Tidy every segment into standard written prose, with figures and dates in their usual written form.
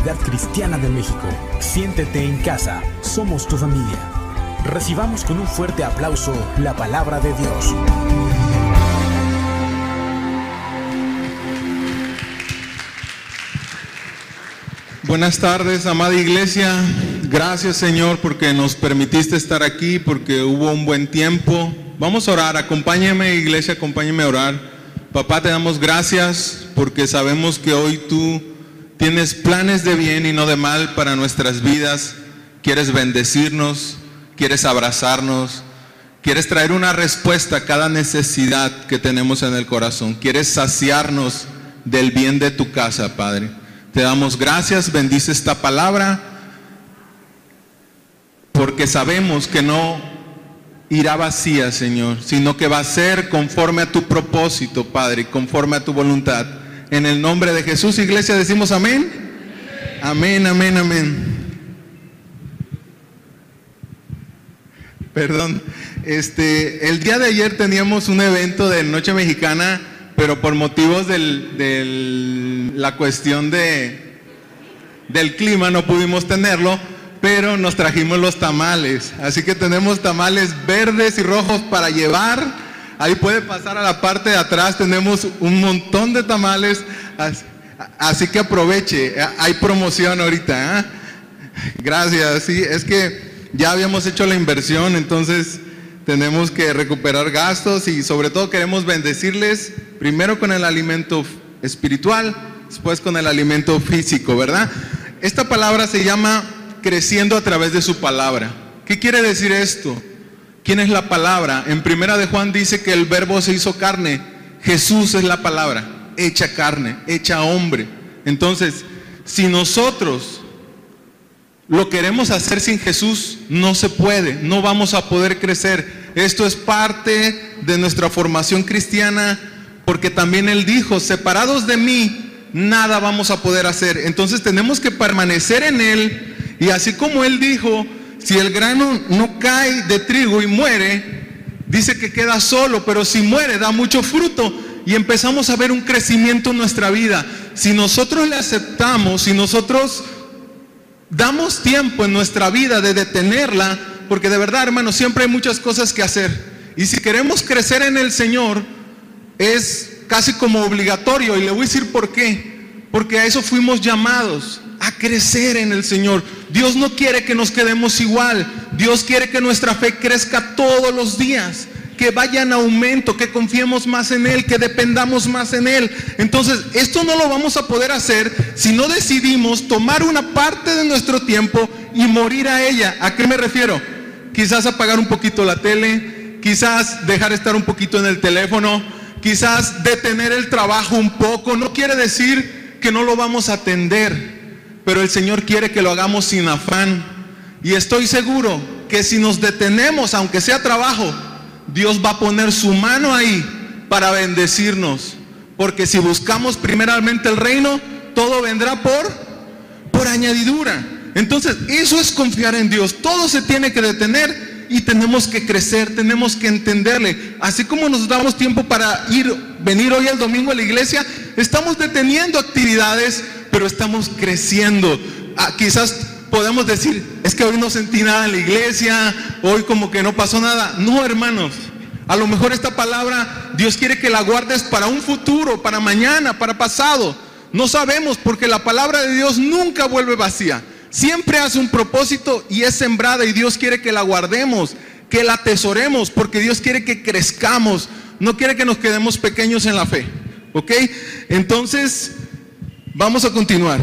Comunidad Cristiana de México. Siéntete en casa, somos tu familia. Recibamos con un fuerte aplauso la palabra de Dios. Buenas tardes, amada iglesia. Gracias, Señor, porque nos permitiste estar aquí, porque hubo un buen tiempo. Vamos a orar. Acompáñame, iglesia, acompáñame a orar. Papá, te damos gracias porque sabemos que hoy tú tienes planes de bien y no de mal para nuestras vidas. Quieres bendecirnos, quieres abrazarnos, quieres traer una respuesta a cada necesidad que tenemos en el corazón. Quieres saciarnos del bien de tu casa, Padre. Te damos gracias, bendice esta palabra, porque sabemos que no irá vacía, Señor, sino que va a ser conforme a tu propósito, Padre, conforme a tu voluntad. En el nombre de Jesús, iglesia, decimos amén. Amén, amén, amén. Perdón, el día de ayer teníamos un evento de Noche Mexicana, pero por motivos de la cuestión del clima no pudimos tenerlo, pero nos trajimos los tamales. Así que tenemos tamales verdes y rojos para llevar. Ahí puede pasar a la parte de atrás, tenemos un montón de tamales, así que aproveche, hay promoción ahorita, ¿eh? Gracias, sí, es que ya habíamos hecho la inversión, entonces tenemos que recuperar gastos y sobre todo queremos bendecirles primero con el alimento espiritual, después con el alimento físico, ¿verdad? Esta palabra se llama creciendo a través de su palabra. ¿Qué quiere decir esto? ¿Quién es la palabra? En Primera de Juan dice que el verbo se hizo carne. Jesús es la palabra, hecha carne, hecha hombre. Entonces, si nosotros lo queremos hacer sin Jesús, no se puede, no vamos a poder crecer. Esto es parte de nuestra formación cristiana, porque también Él dijo, separados de mí, nada vamos a poder hacer. Entonces tenemos que permanecer en Él, y así como Él dijo, si el grano no cae de trigo y muere, dice que queda solo, pero si muere da mucho fruto, y empezamos a ver un crecimiento en nuestra vida. Si nosotros le aceptamos, si nosotros damos tiempo en nuestra vida de detenerla, porque de verdad, hermanos, siempre hay muchas cosas que hacer, y si queremos crecer en el Señor, es casi como obligatorio, y le voy a decir por qué, porque a eso fuimos llamados, a crecer en el Señor. Dios no quiere que nos quedemos igual, Dios quiere que nuestra fe crezca todos los días, que vaya en aumento, que confiemos más en Él, que dependamos más en Él. Entonces, esto no lo vamos a poder hacer si no decidimos tomar una parte de nuestro tiempo y morir a ella. ¿A qué me refiero? Quizás apagar un poquito la tele, quizás dejar estar un poquito en el teléfono, quizás detener el trabajo un poco. No quiere decir que no lo vamos a atender, pero el Señor quiere que lo hagamos sin afán. Y estoy seguro que si nos detenemos, aunque sea trabajo, Dios va a poner su mano ahí para bendecirnos, porque si buscamos primeramente el reino, todo vendrá por añadidura. Entonces, eso es confiar en Dios. Todo se tiene que detener y tenemos que crecer, tenemos que entenderle. Así como nos damos tiempo para venir hoy el domingo a la iglesia, estamos deteniendo actividades, pero estamos creciendo. Quizás podemos decir, es que hoy no sentí nada en la iglesia, hoy como que no pasó nada. No, hermanos, a lo mejor esta palabra Dios quiere que la guardes para un futuro, para mañana, para pasado. No sabemos, porque la palabra de Dios nunca vuelve vacía. Siempre hace un propósito y es sembrada, y Dios quiere que la guardemos, que la atesoremos, porque Dios quiere que crezcamos, no quiere que nos quedemos pequeños en la fe. ¿Ok? Entonces, vamos a continuar.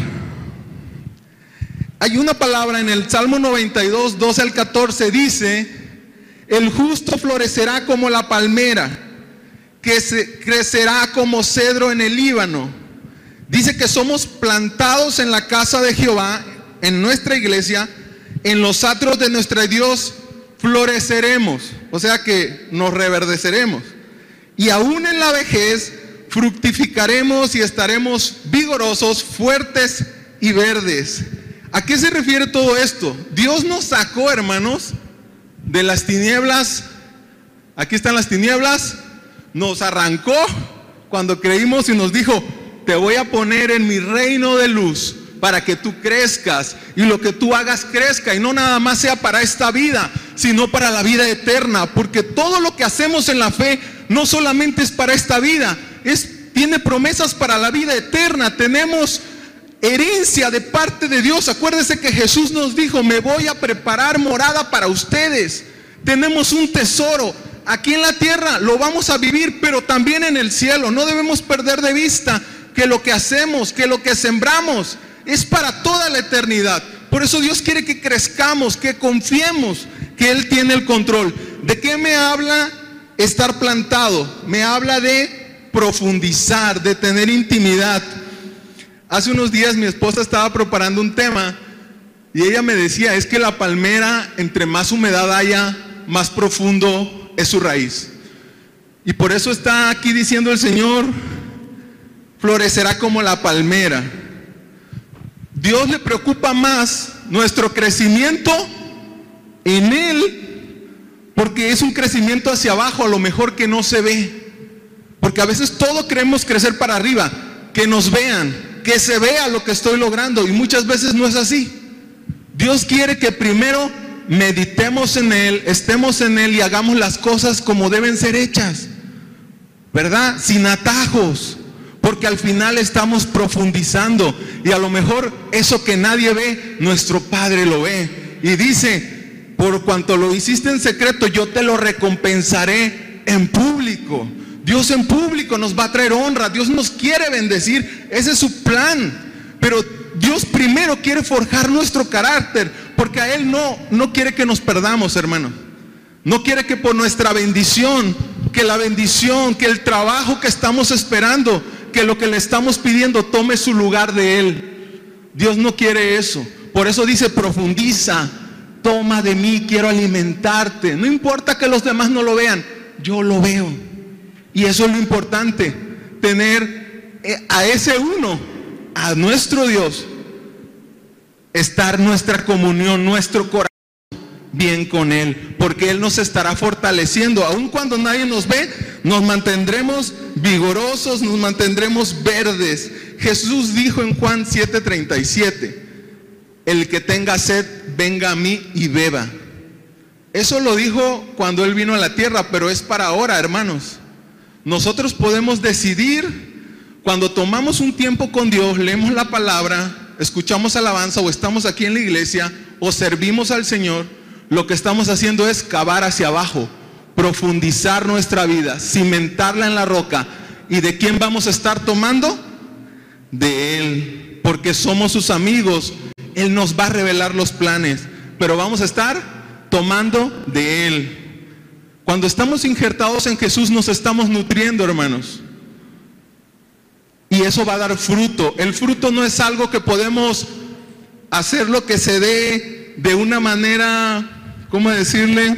Hay una palabra en el Salmo 92, 12 al 14, dice: el justo florecerá como la palmera, que crecerá como cedro en el Líbano. Dice que somos plantados en la casa de Jehová, en nuestra iglesia, en los atrios de nuestro Dios floreceremos, o sea que nos reverdeceremos, y aún en la vejez fructificaremos y estaremos vigorosos, fuertes y verdes. ¿A qué se refiere todo esto? Dios nos sacó, hermanos, de las tinieblas. Aquí están las tinieblas. Nos arrancó cuando creímos y nos dijo: te voy a poner en mi reino de luz, para que tú crezcas y lo que tú hagas crezca y no nada más sea para esta vida, sino para la vida eterna, porque todo lo que hacemos en la fe no solamente es para esta vida, tiene promesas para la vida eterna. Tenemos herencia de parte de Dios. Acuérdense que Jesús nos dijo: me voy a preparar morada para ustedes. Tenemos un tesoro aquí en la tierra, lo vamos a vivir, pero también en el cielo. No debemos perder de vista que lo que hacemos, que lo que sembramos es para toda la eternidad. Por eso Dios quiere que crezcamos, que confiemos que Él tiene el control. ¿De qué me habla estar plantado? Me habla de profundizar, de tener intimidad. Hace unos días mi esposa estaba preparando un tema y ella me decía: es que la palmera, entre más humedad haya, más profundo es su raíz. Y por eso está aquí diciendo el Señor: florecerá como la palmera. Dios le preocupa más nuestro crecimiento en Él, porque es un crecimiento hacia abajo, a lo mejor que no se ve. Porque a veces todo queremos crecer para arriba, que nos vean, que se vea lo que estoy logrando, y muchas veces no es así. Dios quiere que primero meditemos en Él, estemos en Él y hagamos las cosas como deben ser hechas, ¿verdad? Sin atajos, porque al final estamos profundizando y a lo mejor eso que nadie ve, nuestro Padre lo ve. Y dice: por cuanto lo hiciste en secreto, yo te lo recompensaré en público. Dios en público nos va a traer honra. Dios nos quiere bendecir, ese es su plan. Pero Dios primero quiere forjar nuestro carácter, porque a Él no quiere que nos perdamos, hermano. No quiere que por nuestra bendición, que la bendición, que el trabajo que estamos esperando, que lo que le estamos pidiendo tome su lugar de Él. Dios no quiere eso. Por eso dice: profundiza, toma de mí, quiero alimentarte. No importa que los demás no lo vean, yo lo veo. Y eso es lo importante, tener a ese uno, a nuestro Dios, estar nuestra comunión, nuestro corazón bien con Él, porque Él nos estará fortaleciendo. Aun cuando nadie nos ve, nos mantendremos vigorosos, nos mantendremos verdes. Jesús dijo en Juan 7:37: el que tenga sed, venga a mí y beba. Eso lo dijo cuando Él vino a la tierra, pero es para ahora, hermanos. Nosotros podemos decidir, cuando tomamos un tiempo con Dios, leemos la palabra, escuchamos alabanza, o estamos aquí en la iglesia, o servimos al Señor, lo que estamos haciendo es cavar hacia abajo, profundizar nuestra vida, cimentarla en la roca. ¿Y de quién vamos a estar tomando? De Él, porque somos sus amigos. Él nos va a revelar los planes, pero vamos a estar tomando de Él. Cuando estamos injertados en Jesús, nos estamos nutriendo, hermanos. Y eso va a dar fruto. El fruto no es algo que podemos hacer lo que se dé de una manera, ¿cómo decirle?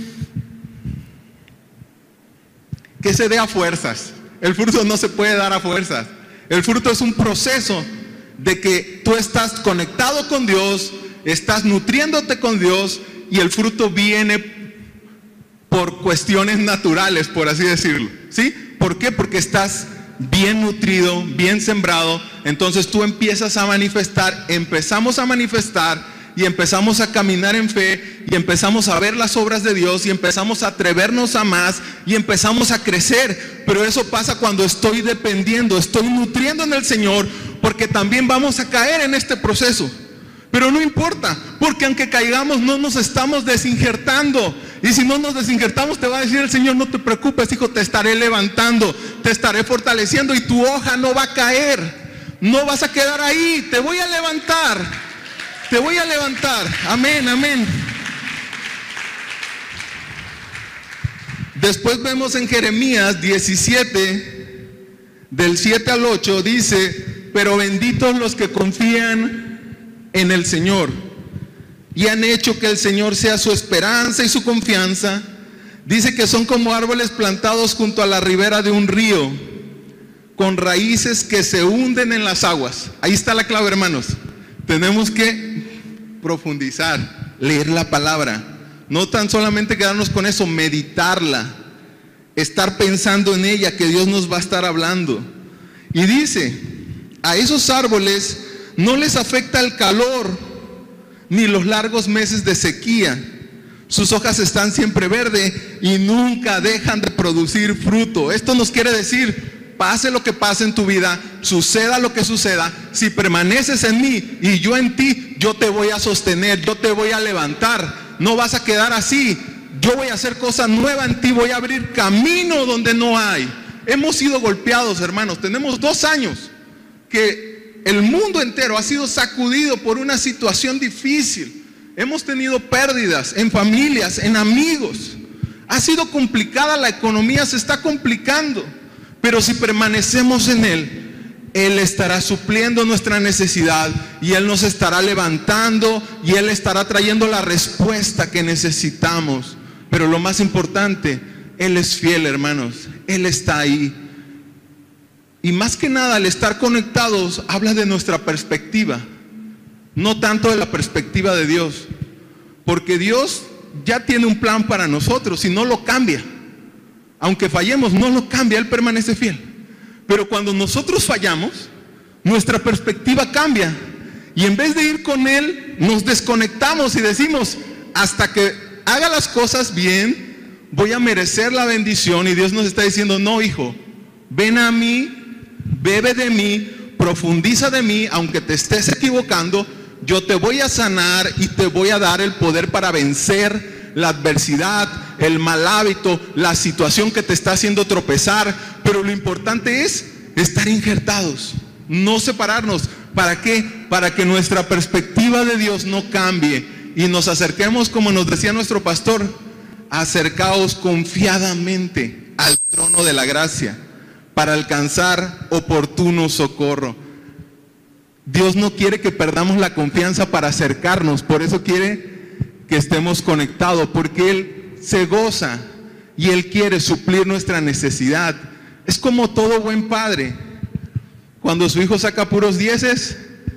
Que se dé a fuerzas. El fruto no se puede dar a fuerzas. El fruto es un proceso de que tú estás conectado con Dios, estás nutriéndote con Dios, y el fruto viene por cuestiones naturales, por así decirlo, ¿sí? ¿Por qué? Porque estás bien nutrido, bien sembrado. Entonces tú empiezas a manifestar, empezamos a manifestar y empezamos a caminar en fe y empezamos a ver las obras de Dios y empezamos a atrevernos a más y empezamos a crecer. Pero eso pasa cuando estoy dependiendo, estoy nutriendo en el Señor, porque también vamos a caer en este proceso. Pero no importa, porque aunque caigamos no nos estamos desinjertando. Y si no nos desinjertamos, te va a decir el Señor: no te preocupes, hijo, te estaré levantando, te estaré fortaleciendo y tu hoja no va a caer. No vas a quedar ahí, te voy a levantar. Te voy a levantar. Amén, amén. Después vemos en Jeremías 17, del 7 al 8, dice: pero benditos los que confían en el Señor y han hecho que el Señor sea su esperanza y su confianza. Dice que son como árboles plantados junto a la ribera de un río, con raíces que se hunden en las aguas. Ahí está la clave, hermanos. Tenemos que profundizar, leer la palabra, no tan solamente quedarnos con eso, meditarla, estar pensando en ella, que Dios nos va a estar hablando. Y dice: a esos árboles no les afecta el calor ni los largos meses de sequía. Sus hojas están siempre verdes y nunca dejan de producir fruto. Esto nos quiere decir, pase lo que pase en tu vida, suceda lo que suceda, si permaneces en mí y yo en ti, yo te voy a sostener, yo te voy a levantar. No vas a quedar así. Yo voy a hacer cosas nuevas en ti, voy a abrir camino donde no hay. Hemos sido golpeados, hermanos. Tenemos 2 años que el mundo entero ha sido sacudido por una situación difícil. Hemos tenido pérdidas en familias, en amigos. Ha sido complicada la economía, se está complicando. Pero si permanecemos en Él, Él estará supliendo nuestra necesidad y Él nos estará levantando y Él estará trayendo la respuesta que necesitamos. Pero lo más importante, Él es fiel, hermanos. Él está ahí. Y más que nada, al estar conectados, habla de nuestra perspectiva. No tanto de la perspectiva de Dios. Porque Dios ya tiene un plan para nosotros y no lo cambia. Aunque fallemos, no lo cambia, Él permanece fiel. Pero cuando nosotros fallamos, nuestra perspectiva cambia. Y en vez de ir con Él, nos desconectamos y decimos, hasta que haga las cosas bien, voy a merecer la bendición. Y Dios nos está diciendo, no, hijo, ven a mí, bebe de mí, profundiza de mí, aunque te estés equivocando, yo te voy a sanar y te voy a dar el poder para vencer la adversidad, el mal hábito, la situación que te está haciendo tropezar. Pero lo importante es estar injertados, no separarnos. ¿Para qué? Para que nuestra perspectiva de Dios no cambie y nos acerquemos, como nos decía nuestro pastor, acercaos confiadamente al trono de la gracia para alcanzar oportuno socorro. Dios no quiere que perdamos la confianza para acercarnos, por eso quiere que estemos conectados, porque Él se goza y Él quiere suplir nuestra necesidad. Es como todo buen padre, cuando su hijo saca puros 10,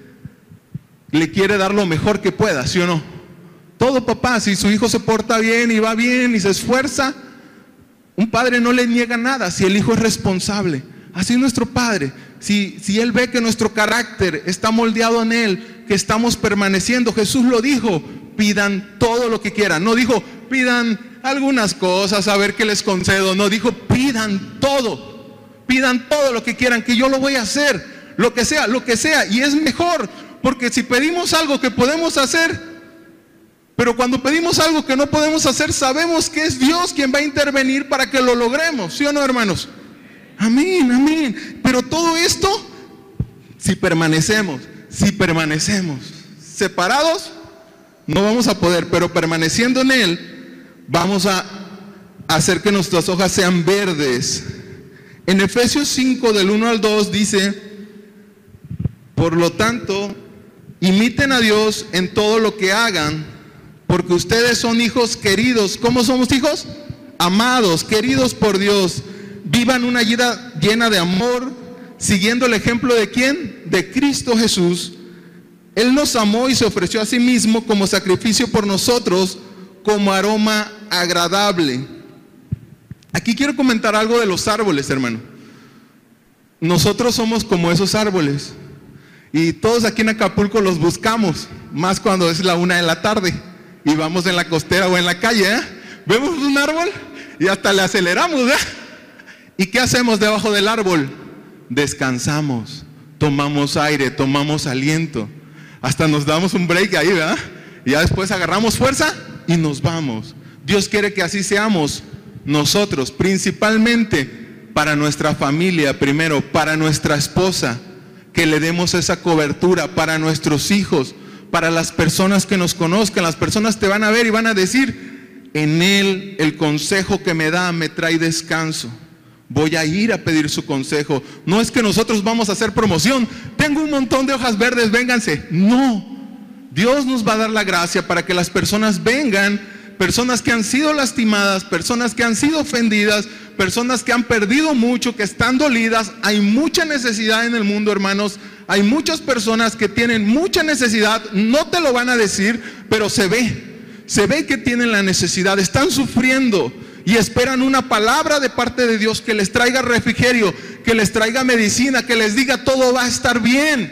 le quiere dar lo mejor que pueda, ¿sí o no? Todo papá, si su hijo se porta bien y va bien y se esfuerza, un padre no le niega nada si el hijo es responsable. Así es nuestro Padre. Si Él ve que nuestro carácter está moldeado en Él, que estamos permaneciendo, Jesús lo dijo, pidan todo lo que quieran. No dijo, pidan algunas cosas, a ver qué les concedo. No, dijo, pidan todo lo que quieran, que yo lo voy a hacer, lo que sea. Y es mejor, porque si pedimos algo que podemos hacer, pero cuando pedimos algo que no podemos hacer, sabemos que es Dios quien va a intervenir para que lo logremos, ¿sí o no, hermanos? Amén, amén. Pero todo esto, si permanecemos separados, no vamos a poder, pero permaneciendo en Él, vamos a hacer que nuestras hojas sean verdes. En Efesios 5, del 1 al 2, dice, por lo tanto, imiten a Dios en todo lo que hagan, porque ustedes son hijos queridos. ¿Cómo somos hijos? Amados, queridos por Dios. Vivan una vida llena de amor, siguiendo el ejemplo de ¿quién? De Cristo Jesús. Él nos amó y se ofreció a sí mismo como sacrificio por nosotros, como aroma agradable. Aquí quiero comentar algo de los árboles, hermano. Nosotros somos como esos árboles. Y todos aquí en Acapulco los buscamos, más cuando es la 1 de la tarde y vamos en la costera o en la calle, ¿eh? Vemos un árbol y hasta le aceleramos, ¿eh? ¿Y qué hacemos debajo del árbol? Descansamos, tomamos aire, tomamos aliento, hasta nos damos un break ahí, ¿verdad? Y ya después agarramos fuerza y nos vamos. Dios quiere que así seamos nosotros, principalmente para nuestra familia primero, para nuestra esposa, que le demos esa cobertura, para nuestros hijos, para las personas que nos conozcan. Las personas te van a ver y van a decir, en Él el consejo que me da me trae descanso. Voy a ir a pedir su consejo. No es que nosotros vamos a hacer promoción, tengo un montón de hojas verdes, vénganse. No, Dios nos va a dar la gracia para que las personas vengan, personas que han sido lastimadas, personas que han sido ofendidas, personas que han perdido mucho, que están dolidas. Hay mucha necesidad en el mundo, hermanos. Hay muchas personas que tienen mucha necesidad, no te lo van a decir, pero se ve que tienen la necesidad, están sufriendo y esperan una palabra de parte de Dios que les traiga refrigerio, que les traiga medicina, que les diga todo va a estar bien.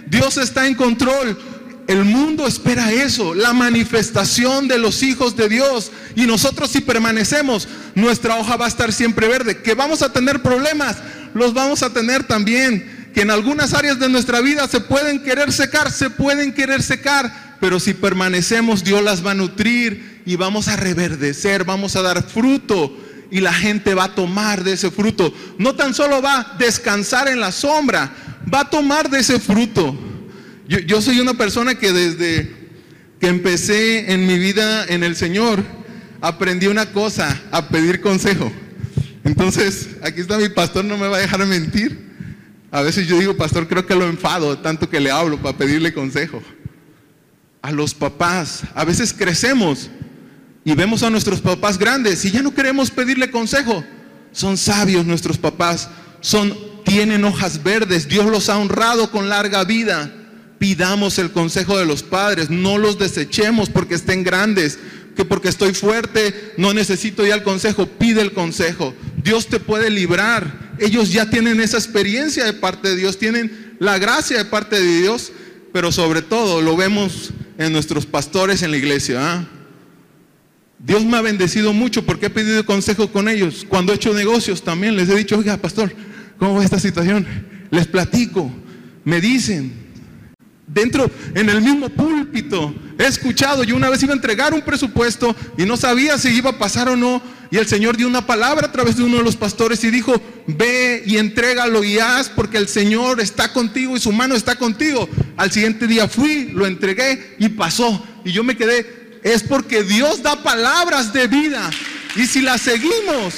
Dios está en control. El mundo espera eso, la manifestación de los hijos de Dios. Y nosotros, si permanecemos, nuestra hoja va a estar siempre verde. Que vamos a tener problemas, los vamos a tener también. Que en algunas áreas de nuestra vida se pueden querer secar, pero si permanecemos, Dios las va a nutrir y vamos a reverdecer, vamos a dar fruto y la gente va a tomar de ese fruto. No tan solo va a descansar en la sombra, va a tomar de ese fruto. Yo soy una persona que desde que empecé en mi vida en el Señor, aprendí una cosa: a pedir consejo. Entonces, aquí está mi pastor, no me va a dejar mentir. A veces yo digo, pastor, creo que lo enfado tanto que le hablo para pedirle consejo. A los papás, a veces crecemos y vemos a nuestros papás grandes y ya no queremos pedirle consejo. Son sabios nuestros papás, tienen hojas verdes, Dios los ha honrado con larga vida. Pidamos el consejo de los padres, no los desechemos porque estén grandes, que porque estoy fuerte no necesito ya el consejo. Pide el consejo, Dios te puede librar. Ellos ya tienen esa experiencia de parte de Dios, tienen la gracia de parte de Dios, pero sobre todo lo vemos en nuestros pastores en la iglesia. Dios me ha bendecido mucho porque he pedido consejo con ellos. Cuando he hecho negocios también les he dicho, oiga, pastor, ¿cómo va esta situación? Les platico, me dicen. En el mismo púlpito he escuchado. Yo una vez iba a entregar un presupuesto y no sabía si iba a pasar o no, y el Señor dio una palabra a través de uno de los pastores y dijo, ve y entrégalo y haz, porque el Señor está contigo y su mano está contigo. Al siguiente día fui, lo entregué y pasó, y yo me quedé. Es porque Dios da palabras de vida, y si las seguimos,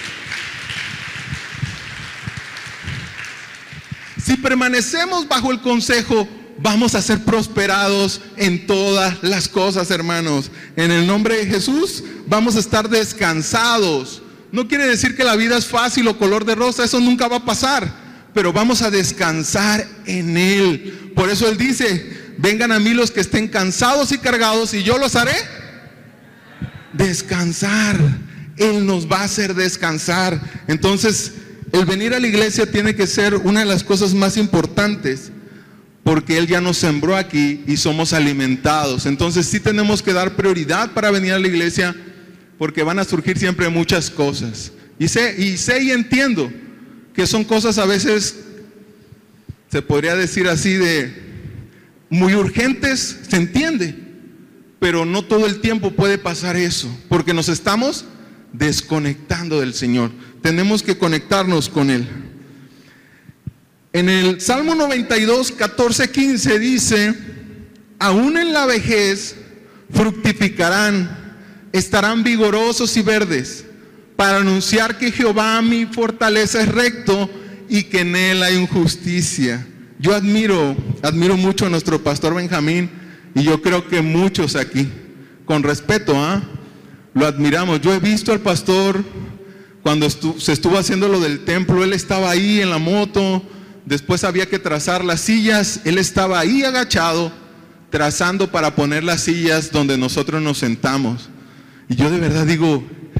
si permanecemos bajo el consejo, vamos a ser prosperados en todas las cosas, hermanos. En el nombre de Jesús vamos a estar descansados. No quiere decir que la vida es fácil o color de rosa, eso nunca va a pasar, pero vamos a descansar en Él. Por eso Él dice, vengan a mí los que estén cansados y cargados y yo los haré descansar. Él nos va a hacer descansar. Entonces, el venir a la iglesia tiene que ser una de las cosas más importantes, porque Él ya nos sembró aquí y somos alimentados. Entonces sí tenemos que dar prioridad para venir a la iglesia, porque van a surgir siempre muchas cosas. Y sé y entiendo que son cosas a veces, se podría decir así, de muy urgentes, se entiende, pero no todo el tiempo puede pasar eso, porque nos estamos desconectando del Señor. Tenemos que conectarnos con Él. En el Salmo 92, 14, 15 dice, aún en la vejez fructificarán, estarán vigorosos y verdes, para anunciar que Jehová mi fortaleza es recto y que en Él hay justicia. Yo admiro mucho a nuestro pastor Benjamín, y yo creo que muchos aquí, con respeto, lo admiramos. Yo he visto al pastor cuando se estuvo haciendo lo del templo, él estaba ahí en la moto. Después había que trazar las sillas, él estaba ahí agachado, trazando para poner las sillas donde nosotros nos sentamos. Y yo de verdad digo,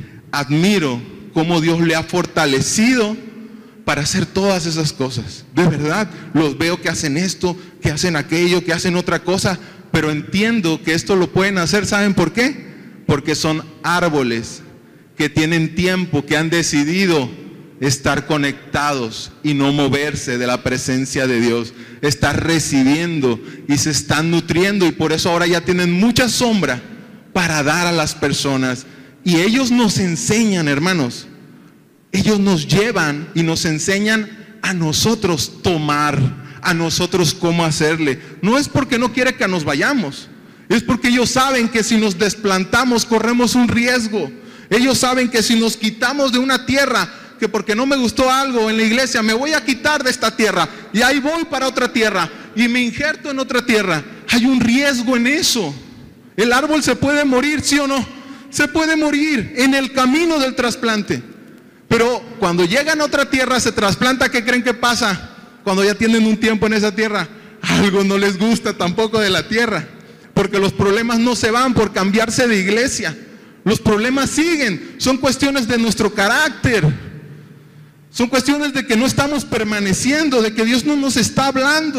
admiro cómo Dios le ha fortalecido para hacer todas esas cosas. De verdad, los veo que hacen esto, que hacen aquello, que hacen otra cosa, pero entiendo que esto lo pueden hacer, ¿saben por qué? Porque son árboles que tienen tiempo, que han decidido estar conectados y no moverse de la presencia de Dios, estar recibiendo y se están nutriendo, y por eso ahora ya tienen mucha sombra para dar a las personas. Y ellos nos enseñan, hermanos, ellos nos llevan y nos enseñan a nosotros tomar, a nosotros cómo hacerle. No es porque no quiere que nos vayamos, es porque ellos saben que si nos desplantamos corremos un riesgo. Ellos saben que si nos quitamos de una tierra, que porque no me gustó algo en la iglesia, me voy a quitar de esta tierra y ahí voy para otra tierra y me injerto en otra tierra, hay un riesgo en eso. El árbol se puede morir, ¿sí o no? Se puede morir en el camino del trasplante, pero cuando llegan a otra tierra se trasplanta. ¿Qué creen que pasa? Cuando ya tienen un tiempo en esa tierra, algo no les gusta tampoco de la tierra, porque los problemas no se van por cambiarse de iglesia, los problemas siguen. Son cuestiones de nuestro carácter, son cuestiones de que no estamos permaneciendo, de que Dios no nos está hablando.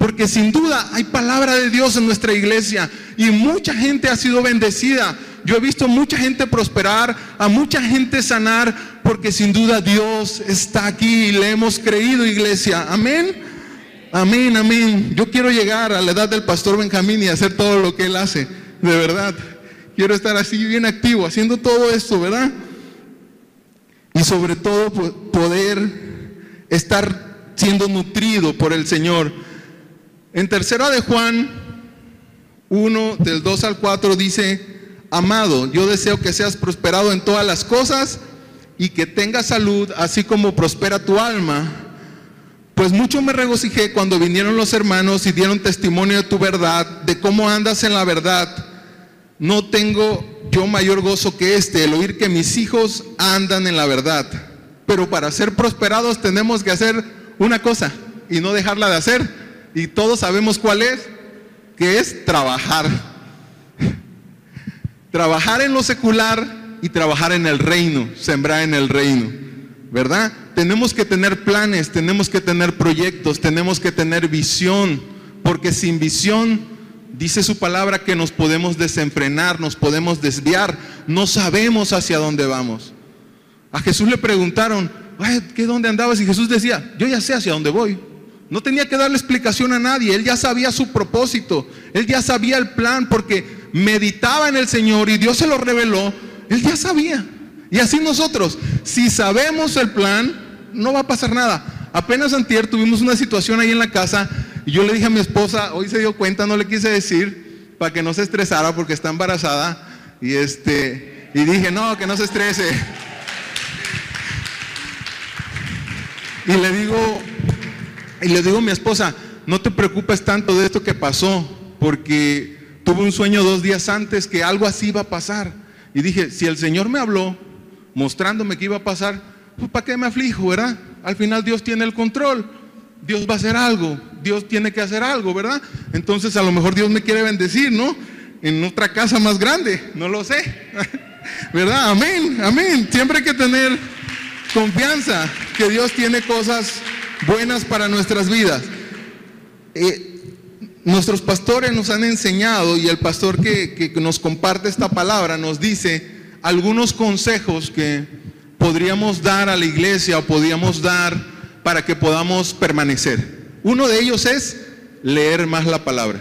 porque sin duda hay palabra de Dios en nuestra iglesia y mucha gente ha sido bendecida. Yo he visto mucha gente prosperar, a mucha gente sanar, porque sin duda Dios está aquí y le hemos creído, iglesia. Amén. Amén, amén. Yo quiero llegar a la edad del pastor Benjamín y hacer todo lo que él hace, de verdad. Quiero estar así bien activo, haciendo todo esto, ¿verdad? Y sobre todo poder estar siendo nutrido por el Señor. En 3 de Juan 1, del 2 al 4 dice: amado, yo deseo que seas prosperado en todas las cosas y que tengas salud, así como prospera tu alma. Pues mucho me regocijé cuando vinieron los hermanos y dieron testimonio de tu verdad, de cómo andas en la verdad. No tengo yo mayor gozo que el oír que mis hijos andan en la verdad. Pero para ser prosperados tenemos que hacer una cosa y no dejarla de hacer. Y todos sabemos cuál es, que es trabajar. Trabajar en lo secular y trabajar en el reino, sembrar en el reino, ¿verdad? Tenemos que tener planes, tenemos que tener proyectos, tenemos que tener visión, porque sin visión, dice su palabra, que nos podemos desenfrenar, nos podemos desviar, no sabemos hacia dónde vamos. A Jesús le preguntaron: ¿qué dónde andabas? Y Jesús decía: yo ya sé hacia dónde voy. No tenía que darle explicación a nadie, él ya sabía su propósito, él ya sabía el plan, porque meditaba en el Señor y Dios se lo reveló, él ya sabía. Y así nosotros, si sabemos el plan, no va a pasar nada. Apenas antier tuvimos una situación ahí en la casa y yo le dije a mi esposa, hoy se dio cuenta, no le quise decir para que no se estresara porque está embarazada, y dije: no, que no se estrese. Y le digo a mi esposa: no te preocupes tanto de esto que pasó, porque tuve un sueño 2 días antes que algo así iba a pasar. Y dije: si el Señor me habló mostrándome que iba a pasar, pues ¿para qué me aflijo, verdad? Al final Dios tiene el control, Dios va a hacer algo, Dios tiene que hacer algo, ¿verdad? Entonces a lo mejor Dios me quiere bendecir, ¿no? En otra casa más grande, no lo sé, ¿verdad? Amén, amén. Siempre hay que tener confianza que Dios tiene cosas buenas para nuestras vidas. Nuestros pastores nos han enseñado, y el pastor que nos comparte esta palabra nos dice algunos consejos que podríamos dar a la iglesia o podríamos dar para que podamos permanecer. Uno de ellos es leer más la palabra.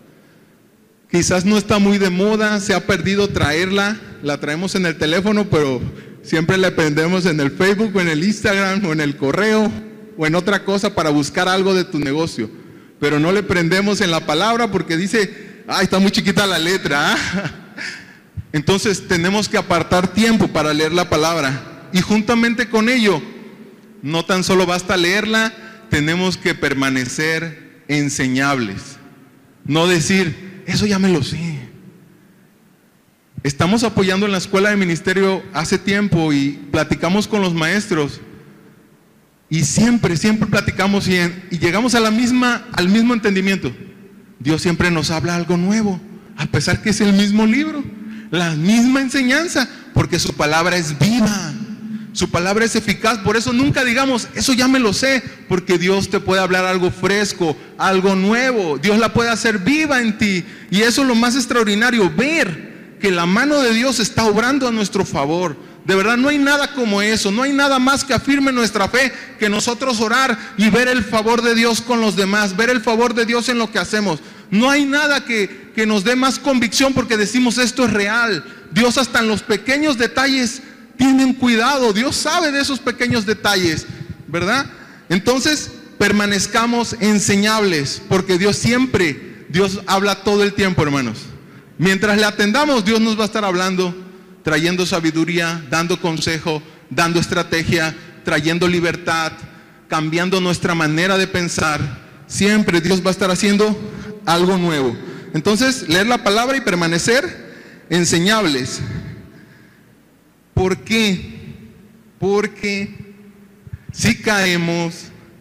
Quizás no está muy de moda, se ha perdido traerla, la traemos en el teléfono, pero siempre la prendemos en el Facebook o en el Instagram o en el correo o en otra cosa para buscar algo de tu negocio, pero no le prendemos en la palabra porque dice: ay, está muy chiquita la letra, ¿ah? Entonces tenemos que apartar tiempo para leer la palabra, y juntamente con ello, no tan solo basta leerla, tenemos que permanecer enseñables. No decir: eso ya me lo sé. Estamos apoyando en la escuela de ministerio hace tiempo y platicamos con los maestros. Y siempre platicamos y llegamos al mismo entendimiento. Dios siempre nos habla algo nuevo, a pesar que es el mismo libro, la misma enseñanza, porque su palabra es viva, su palabra es eficaz. Por eso nunca digamos: eso ya me lo sé, porque Dios te puede hablar algo fresco, algo nuevo. Dios la puede hacer viva en ti, y eso es lo más extraordinario, ver que la mano de Dios está obrando a nuestro favor. De verdad, no hay nada como eso, no hay nada más que afirme nuestra fe que nosotros orar y ver el favor de Dios con los demás, ver el favor de Dios en lo que hacemos. No hay nada que nos dé más convicción, porque decimos: esto es real. Dios hasta en los pequeños detalles tiene cuidado, Dios sabe de esos pequeños detalles, ¿verdad? Entonces, permanezcamos enseñables, porque Dios habla todo el tiempo, hermanos. Mientras le atendamos, Dios nos va a estar hablando, trayendo sabiduría, dando consejo, dando estrategia, trayendo libertad, cambiando nuestra manera de pensar. Siempre Dios va a estar haciendo algo nuevo. Entonces, leer la palabra y permanecer enseñables. ¿Por qué? Porque si caemos,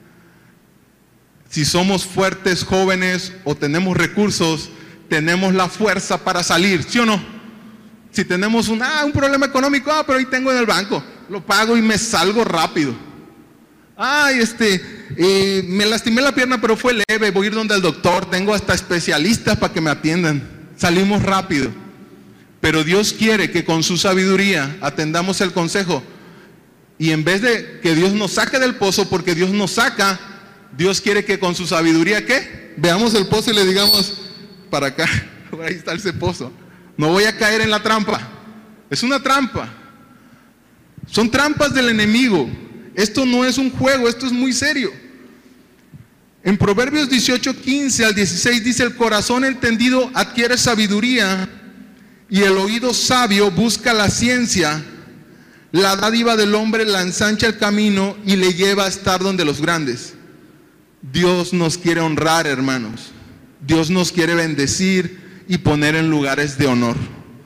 si somos fuertes, jóvenes o tenemos recursos, tenemos la fuerza para salir, ¿sí o no? Si tenemos un problema económico, pero ahí tengo en el banco, lo pago y me salgo rápido. Ay, me lastimé la pierna, pero fue leve, voy a ir donde el doctor, tengo hasta especialistas para que me atiendan. Salimos rápido. Pero Dios quiere que con su sabiduría atendamos el consejo. Y en vez de que Dios nos saque del pozo, porque Dios nos saca, Dios quiere que con su sabiduría, ¿qué? Veamos el pozo y le digamos, para acá, por ahí está ese pozo. No voy a caer en la trampa. Es una trampa. Son trampas del enemigo. Esto no es un juego, esto es muy serio. En Proverbios 18:15 al 16 dice: el corazón entendido adquiere sabiduría y el oído sabio busca la ciencia. La dádiva del hombre la ensancha el camino y le lleva a estar donde los grandes. Dios nos quiere honrar, hermanos. Dios nos quiere bendecir y poner en lugares de honor.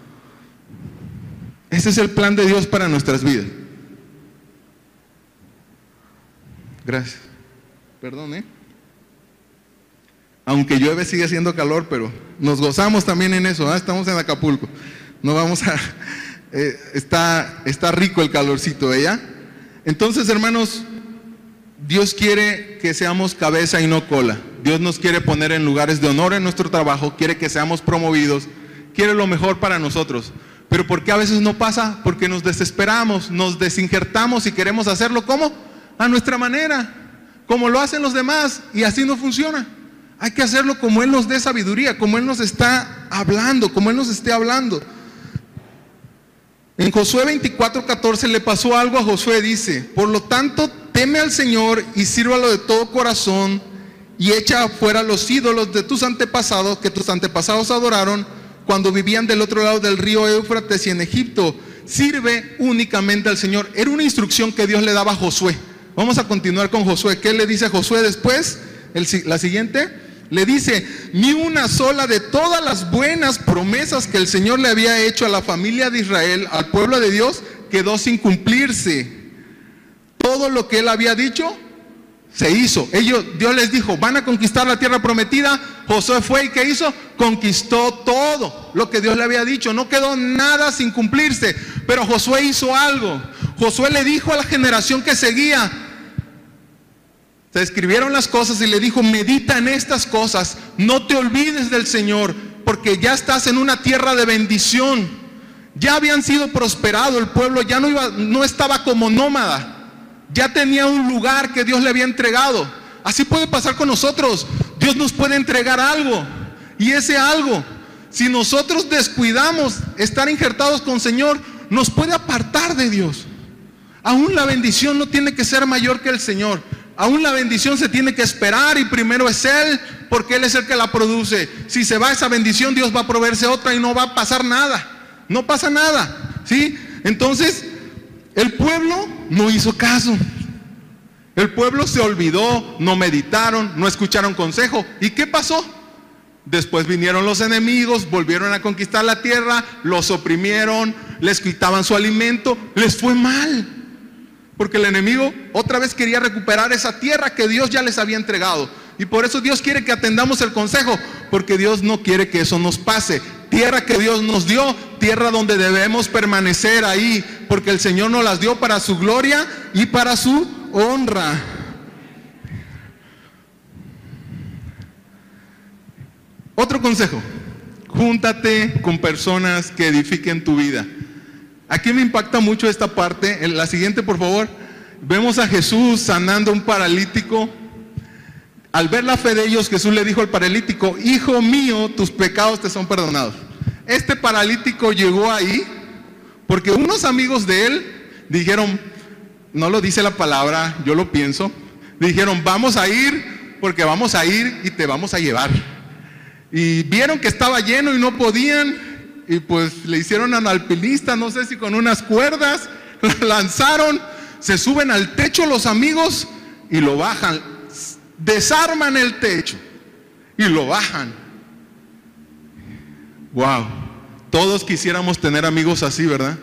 Ese es el plan de Dios para nuestras vidas. Gracias. Perdón, Aunque llueve sigue haciendo calor, pero nos gozamos también en eso, Estamos en Acapulco. No vamos a... está rico el calorcito, ¿ya? Entonces, hermanos, Dios quiere que seamos cabeza y no cola. Dios nos quiere poner en lugares de honor en nuestro trabajo, quiere que seamos promovidos, quiere lo mejor para nosotros. Pero ¿por qué a veces no pasa? Porque nos desesperamos, nos desinjertamos y queremos hacerlo ¿cómo? A nuestra manera, como lo hacen los demás, y así no funciona. Hay que hacerlo como Él nos dé sabiduría, como Él nos está hablando, como Él nos esté hablando. En Josué 24:14 le pasó algo a Josué, dice: por lo tanto, teme al Señor y sírvalo de todo corazón, y echa afuera los ídolos de tus antepasados, que tus antepasados adoraron cuando vivían del otro lado del río Éufrates y en Egipto. Sirve únicamente al Señor. Era una instrucción que Dios le daba a Josué. Vamos a continuar con Josué. ¿Qué le dice a Josué después? La siguiente, le dice: ni una sola de todas las buenas promesas que el Señor le había hecho a la familia de Israel, al pueblo de Dios, quedó sin cumplirse. Todo lo que Él había dicho se hizo. Dios les dijo: van a conquistar la tierra prometida. Josué fue y ¿qué hizo? Conquistó todo lo que Dios le había dicho. No quedó nada sin cumplirse. Pero Josué hizo algo. Josué le dijo a la generación que seguía, se escribieron las cosas y le dijo: medita en estas cosas, no te olvides del Señor, porque ya estás en una tierra de bendición. Ya habían sido prosperado, el pueblo ya no estaba como nómada. Ya tenía un lugar que Dios le había entregado. Así puede pasar con nosotros. Dios nos puede entregar algo, y ese algo, si nosotros descuidamos estar injertados con el Señor, nos puede apartar de Dios. Aún la bendición no tiene que ser mayor que el Señor. Aún la bendición se tiene que esperar, y primero es Él, porque Él es el que la produce. Si se va esa bendición, Dios va a proveerse otra y no va a pasar nada. No pasa nada, ¿sí? Entonces, el pueblo no hizo caso. El pueblo se olvidó, no meditaron, no escucharon consejo. ¿Y qué pasó? Después vinieron los enemigos, volvieron a conquistar la tierra, los oprimieron, les quitaban su alimento, les fue mal. Porque el enemigo otra vez quería recuperar esa tierra que Dios ya les había entregado. Y por eso Dios quiere que atendamos el consejo, porque Dios no quiere que eso nos pase. Tierra que Dios nos dio, tierra donde debemos permanecer ahí, porque el Señor nos las dio para su gloria y para su honra. Otro consejo: júntate con personas que edifiquen tu vida. Aquí me impacta mucho esta parte. En la siguiente, por favor. Vemos a Jesús sanando a un paralítico. Al ver la fe de ellos, Jesús le dijo al paralítico: hijo mío, tus pecados te son perdonados. Este paralítico llegó ahí porque unos amigos de él dijeron, no lo dice la palabra, yo lo pienso, dijeron: vamos a ir porque vamos a ir y te vamos a llevar. Y vieron que estaba lleno y no podían, y pues le hicieron al alpinista, no sé si con unas cuerdas, lo lanzaron, se suben al techo los amigos y lo bajan, desarman el techo y lo bajan. Wow, todos quisiéramos tener amigos así, ¿verdad?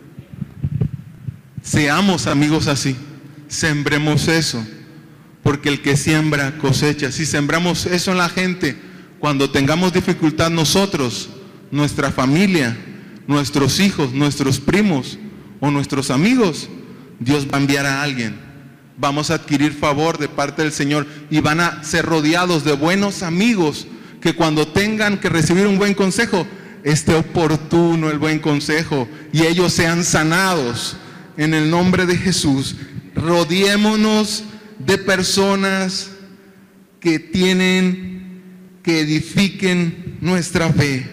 Seamos amigos así, sembremos eso, porque el que siembra cosecha. Si sembramos eso en la gente, cuando tengamos dificultad nosotros, nuestra familia, nuestros hijos, nuestros primos o nuestros amigos, Dios va a enviar a alguien vamos a adquirir favor de parte del Señor y van a ser rodeados de buenos amigos que cuando tengan que recibir un buen consejo, esté oportuno el buen consejo y ellos sean sanados en el nombre de Jesús. Rodeémonos de personas que edifiquen nuestra fe.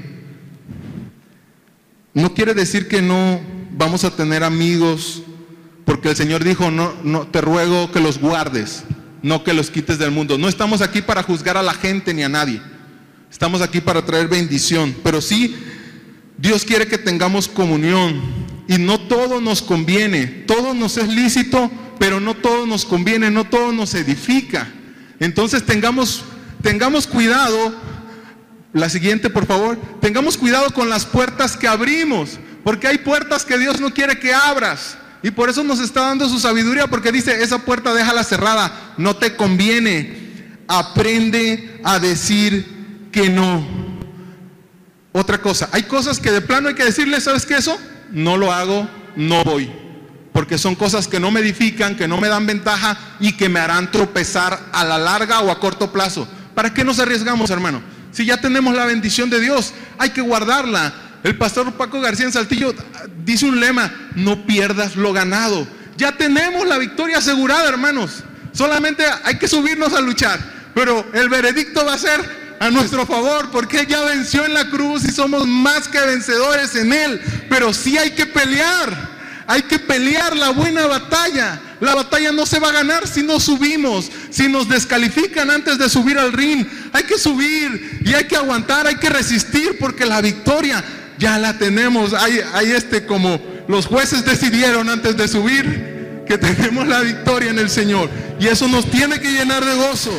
No quiere decir que no vamos a tener amigos, porque el Señor dijo, no te ruego que los guardes, no que los quites del mundo. No estamos aquí para juzgar a la gente ni a nadie. Estamos aquí para traer bendición, pero sí, Dios quiere que tengamos comunión y no todo nos conviene, todo nos es lícito, pero no todo nos conviene, no todo nos edifica. Entonces tengamos cuidado. La siguiente, por favor. Tengamos cuidado con las puertas que abrimos, porque hay puertas que Dios no quiere que abras, y por eso nos está dando su sabiduría, porque dice, esa puerta déjala cerrada, no te conviene. Aprende a decir que no. Otra cosa, hay cosas que de plano hay que decirle, ¿sabes qué? Eso no lo hago, no voy, porque son cosas que no me edifican, que no me dan ventaja y que me harán tropezar a la larga o a corto plazo. ¿Para qué nos arriesgamos, hermano? Si ya tenemos la bendición de Dios, hay que guardarla. El pastor Paco García en Saltillo dice un lema, no pierdas lo ganado. Ya tenemos la victoria asegurada, hermanos. Solamente hay que subirnos a luchar, pero el veredicto va a ser a nuestro favor, porque Él ya venció en la cruz y somos más que vencedores en Él. Pero sí hay que pelear la buena batalla. La batalla no se va a ganar si no subimos, si nos descalifican antes de subir al ring. Hay que subir y hay que aguantar, hay que resistir, porque la victoria ya la tenemos. Hay como los jueces decidieron antes de subir, que tenemos la victoria en el Señor, y eso nos tiene que llenar de gozo.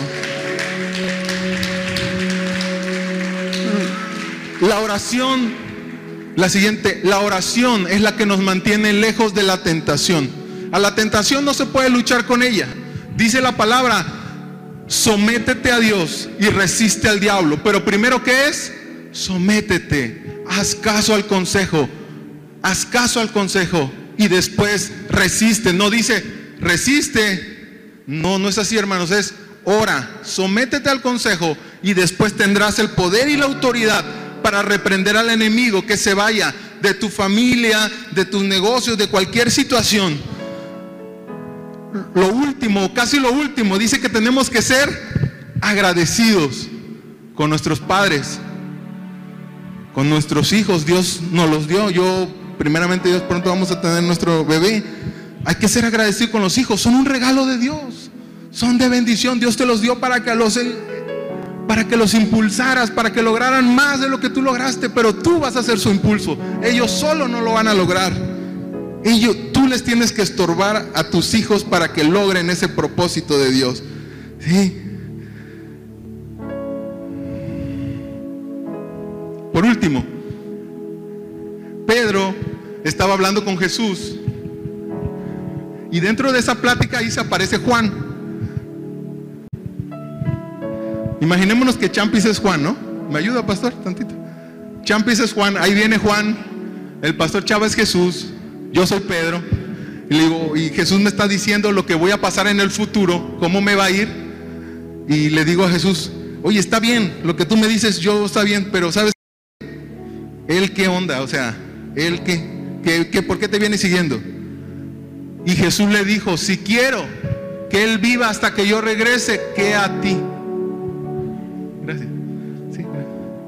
La oración, la siguiente, la oración es la que nos mantiene lejos de la tentación. A la tentación no se puede luchar con ella. Dice la palabra, sométete a Dios y resiste al diablo. Pero primero, ¿qué es? Sométete, haz caso al consejo, y después resiste. No dice, resiste. No es así, hermanos, es ora, sométete al consejo y después tendrás el poder y la autoridad para reprender al enemigo que se vaya de tu familia, de tus negocios, de cualquier situación. Lo último, casi lo último, dice que tenemos que ser agradecidos con nuestros padres, con nuestros hijos. Dios nos los dio. Primeramente Dios, pronto vamos a tener nuestro bebé. Hay que ser agradecidos con los hijos. Son un regalo de Dios, son de bendición. Dios te los dio para que los impulsaras, para que lograran más de lo que tú lograste, pero tú vas a ser su impulso. Ellos solo no lo van a lograr. Tú les tienes que estorbar a tus hijos para que logren ese propósito de Dios. ¿Sí? Por último, Pedro estaba hablando con Jesús, y dentro de esa plática ahí se aparece Juan. Imaginémonos que Champis es Juan, ¿no? ¿Me ayuda, pastor? Tantito. Champis es Juan, ahí viene Juan, el pastor Chava es Jesús, yo soy Pedro, y le digo, y Jesús me está diciendo lo que voy a pasar en el futuro, cómo me va a ir, y le digo a Jesús, oye, está bien, lo que tú me dices, yo está bien, pero ¿sabes él qué onda? O sea, él qué, ¿por qué te viene siguiendo? Y Jesús le dijo, si quiero que él viva hasta que yo regrese, ¿qué a ti? Gracias. Sí, gracias.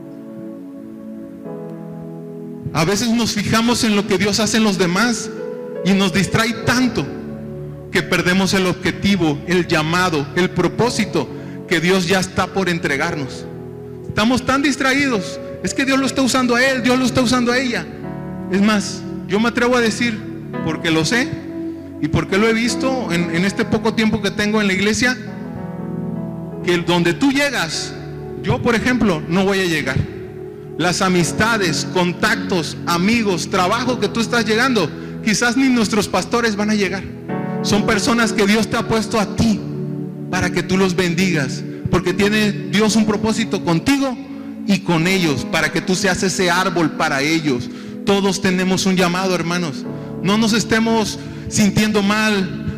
A veces nos fijamos en lo que Dios hace en los demás y nos distrae tanto que perdemos el objetivo, el llamado, el propósito que Dios ya está por entregarnos. Estamos tan distraídos. Es que Dios lo está usando a él, Dios lo está usando a ella. Es más, yo me atrevo a decir, porque lo sé y porque lo he visto en este poco tiempo que tengo en la iglesia, que donde tú llegas, yo por ejemplo no voy a llegar. Las amistades, contactos, amigos, trabajo que tú estás llegando, quizás ni nuestros pastores van a llegar. Son personas que Dios te ha puesto a ti para que tú los bendigas, porque tiene Dios un propósito contigo y con ellos, para que tú seas ese árbol para ellos. Todos tenemos un llamado, hermanos. No nos estemos sintiendo mal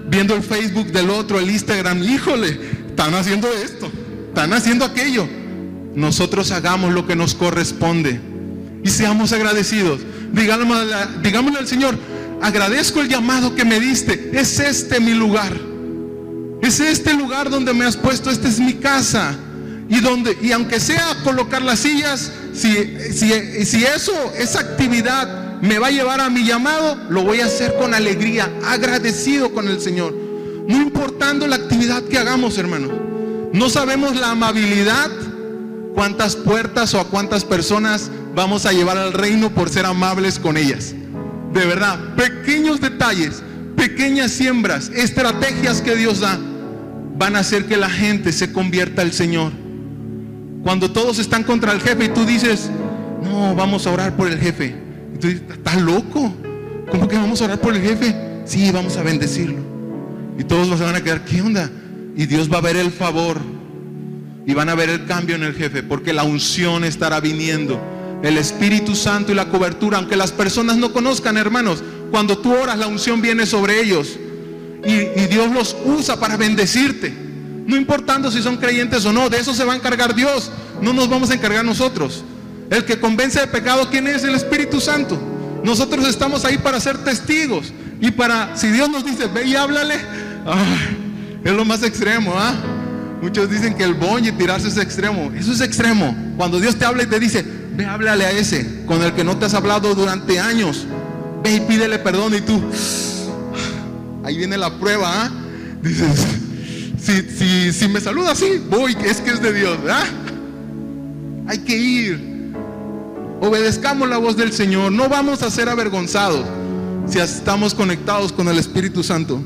viendo el Facebook del otro, el Instagram. Híjole, están haciendo esto, están haciendo aquello. Nosotros hagamos lo que nos corresponde y seamos agradecidos. Digámosle al Señor: agradezco el llamado que me diste. Es este mi lugar. Es este lugar donde me has puesto. Esta es mi casa. Y aunque sea colocar las sillas, si esa actividad me va a llevar a mi llamado, lo voy a hacer con alegría, agradecido con el Señor. No importando la actividad que hagamos, hermanos. No sabemos la amabilidad, cuántas puertas o a cuántas personas vamos a llevar al reino por ser amables con ellas. De verdad, pequeños detalles, pequeñas siembras, estrategias que Dios da, van a hacer que la gente se convierta al Señor. Cuando todos están contra el jefe y tú dices: no, vamos a orar por el jefe. Y tú dices: ¿estás loco? ¿Cómo que vamos a orar por el jefe? Sí, vamos a bendecirlo. Y todos se van a quedar: ¿qué onda? Y Dios va a ver el favor y van a ver el cambio en el jefe, porque la unción estará viniendo, el Espíritu Santo y la cobertura. Aunque las personas no conozcan, hermanos, cuando tú oras, la unción viene sobre ellos y Dios los usa para bendecirte. No importando si son creyentes o no, de eso se va a encargar Dios. No nos vamos a encargar nosotros. El que convence de pecado, ¿quién es? El Espíritu Santo. Nosotros estamos ahí para ser testigos. Y para, si Dios nos dice: ve y háblale, es lo más extremo, ¿ah? Muchos dicen que el bonche, tirarse, es extremo. Eso es extremo. Cuando Dios te habla y te dice: ve, háblale a ese con el que no te has hablado durante años. Ve y pídele perdón. Y tú, ahí viene la prueba, ¿ah? Dices: si me saluda así, voy, es que es de Dios, ¿verdad? Hay que ir. Obedezcamos la voz del Señor. No vamos a ser avergonzados si estamos conectados con el Espíritu Santo.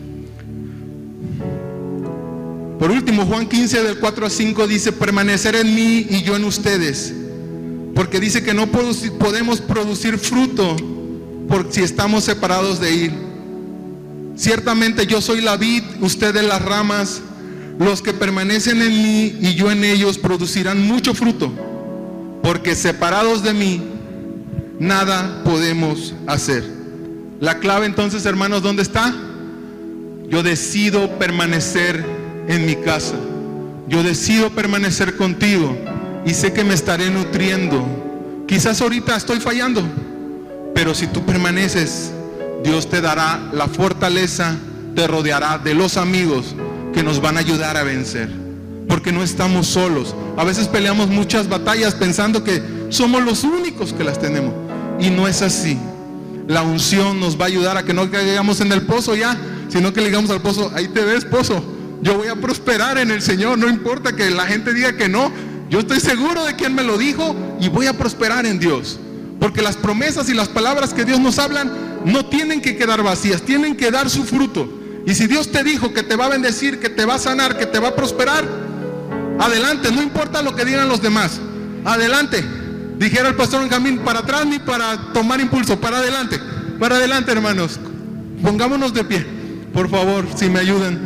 Por último, Juan 15 del 4 a 5 dice: permanecer en mí y yo en ustedes, porque dice que no podemos producir fruto si estamos separados de Él. Ciertamente yo soy la vid, ustedes las ramas. Los que permanecen en mí y yo en ellos producirán mucho fruto, porque separados de mí nada podemos hacer. La clave entonces, hermanos, ¿dónde está? Yo decido permanecer en mi casa. Yo decido permanecer contigo y sé que me estaré nutriendo. Quizás ahorita estoy fallando, pero si tú permaneces, Dios te dará la fortaleza, te rodeará de los amigos que nos van a ayudar a vencer, porque no estamos solos. A veces peleamos muchas batallas pensando que somos los únicos que las tenemos, y no es así. La unción nos va a ayudar a que no caigamos en el pozo ya, sino que le digamos al pozo: ahí te ves, pozo, yo voy a prosperar en el Señor. No importa que la gente diga que no, yo estoy seguro de quién me lo dijo y voy a prosperar en Dios, porque las promesas y las palabras que Dios nos hablan no tienen que quedar vacías, tienen que dar su fruto. Y si Dios te dijo que te va a bendecir, que te va a sanar, que te va a prosperar, adelante, no importa lo que digan los demás, adelante. Dijera el pastor Benjamín: para atrás ni para tomar impulso, para adelante, hermanos. Pongámonos de pie, por favor, si me ayudan.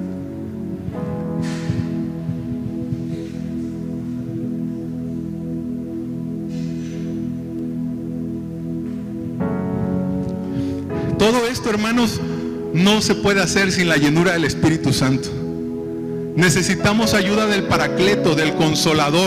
Todo esto, hermanos, no se puede hacer sin la llenura del Espíritu Santo. Necesitamos ayuda del Paracleto, del Consolador.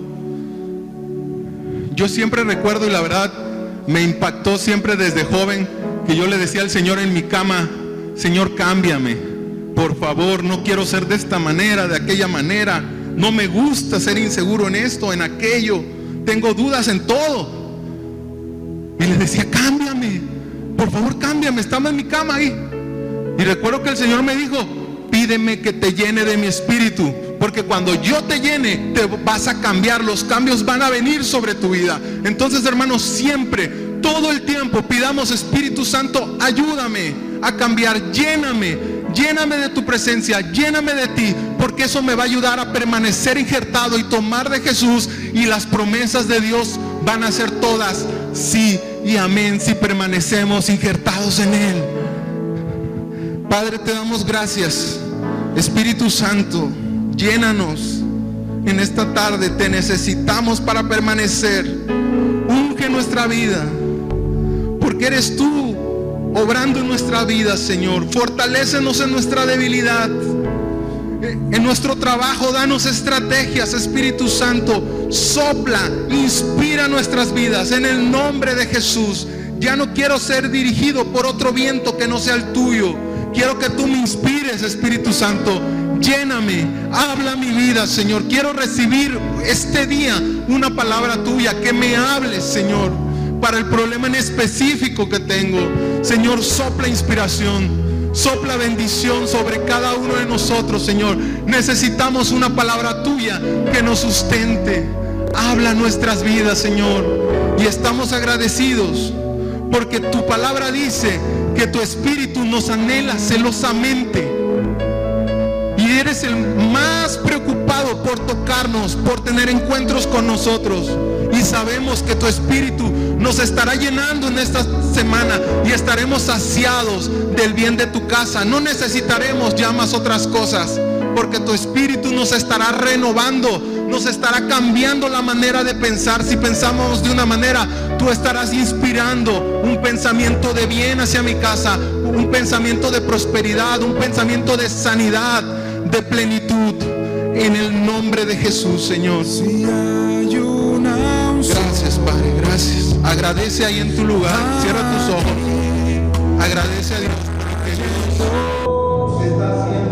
Yo siempre recuerdo, y la verdad me impactó siempre desde joven, que yo le decía al Señor en mi cama: Señor, cámbiame, por favor, no quiero ser de esta manera, de aquella manera, no me gusta ser inseguro en esto, en aquello, tengo dudas en todo. Y le decía: cámbiame, por favor, cámbiame. Estaba en mi cama ahí y recuerdo que el Señor me dijo: pídeme que te llene de mi espíritu, porque cuando yo te llene te vas a cambiar, los cambios van a venir sobre tu vida. Entonces, hermanos, siempre, todo el tiempo pidamos: Espíritu Santo, ayúdame a cambiar, lléname de tu presencia, lléname de ti, porque eso me va a ayudar a permanecer injertado y tomar de Jesús, y las promesas de Dios van a ser todas sí y amén si permanecemos injertados en Él. Padre, te damos gracias. Espíritu Santo, llénanos en esta tarde. Te necesitamos para permanecer. Unge nuestra vida, porque eres tú obrando en nuestra vida, Señor. Fortalécenos en nuestra debilidad. En nuestro trabajo, danos estrategias, Espíritu Santo. Sopla, inspira nuestras vidas en el nombre de Jesús. Ya no quiero ser dirigido por otro viento que no sea el tuyo. Quiero que tú me inspires, Espíritu Santo. Lléname, habla mi vida, Señor. Quiero recibir este día una palabra tuya, que me hables, Señor, para el problema en específico que tengo. Señor, sopla inspiración. Sopla bendición sobre cada uno de nosotros, Señor. Necesitamos una palabra tuya que nos sustente. Habla nuestras vidas, Señor. Y estamos agradecidos porque tu palabra dice que tu Espíritu nos anhela celosamente. Y eres el más preocupado por tocarnos, por tener encuentros con nosotros. Y sabemos que tu Espíritu nos estará llenando en esta semana y estaremos saciados del bien de tu casa. No necesitaremos ya más otras cosas, porque tu Espíritu nos estará renovando, nos estará cambiando la manera de pensar. Si pensamos de una manera, tú estarás inspirando un pensamiento de bien hacia mi casa, un pensamiento de prosperidad, un pensamiento de sanidad, de plenitud, en el nombre de Jesús, Señor. Gracias, Padre, gracias. Agradece ahí en tu lugar, cierra tus ojos. Agradece a Dios porque Dios está haciendo.